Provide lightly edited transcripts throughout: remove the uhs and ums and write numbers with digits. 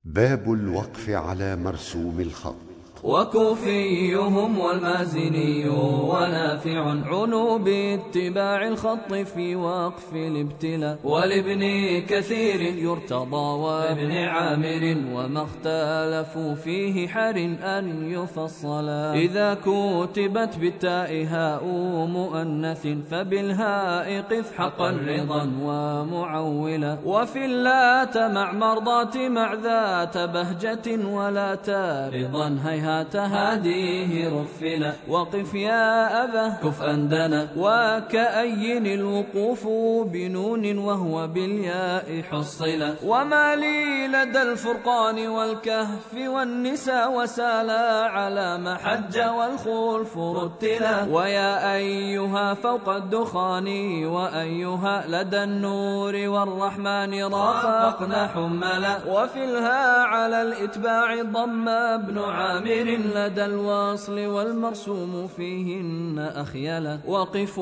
باب الوقف على مرسوم الخط. وكوفيهم والمازني ونافع عنوا باتباع الخط في وقف الابتلاء، ولابن كثير يرتضى وابن عامر وما اختلفوا فيه حر أن يفصلا. إذا كتبت بالتاء هاء مؤنث فبالهاء قف حقا رضا ومعولا، وفي اللات مع مرضات مع ذات بهجة ولا تارضا هيهات هاديه رفلا. وقف يا أبه كف أندنا وكأين الوقوف بنون وهو بالياء حصلا. وما لي لدى الفرقان والكهف والنساء وسالا على محج والخلف رتلا. ويا أيها فوق الدخان وأيها لدى النور والرحمن رافقنا حملا. وفي الها على الإتباع ضم ابن عامر لدى الوصل والمرسوم فيهن أخيلا. وقف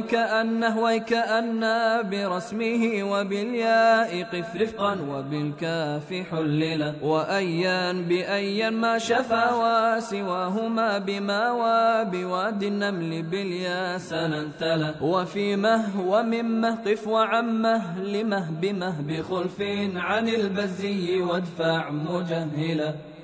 ويكأن برسمه وبالياء قف رفقا وبالكاف حللا. وأيان بأيا ما شفا وسواهما بما وبواد النمل بالياء سننتلا. وفي مه وممه قف وعمه لمه بمه بخلف عن البزي وادفع مجهلا.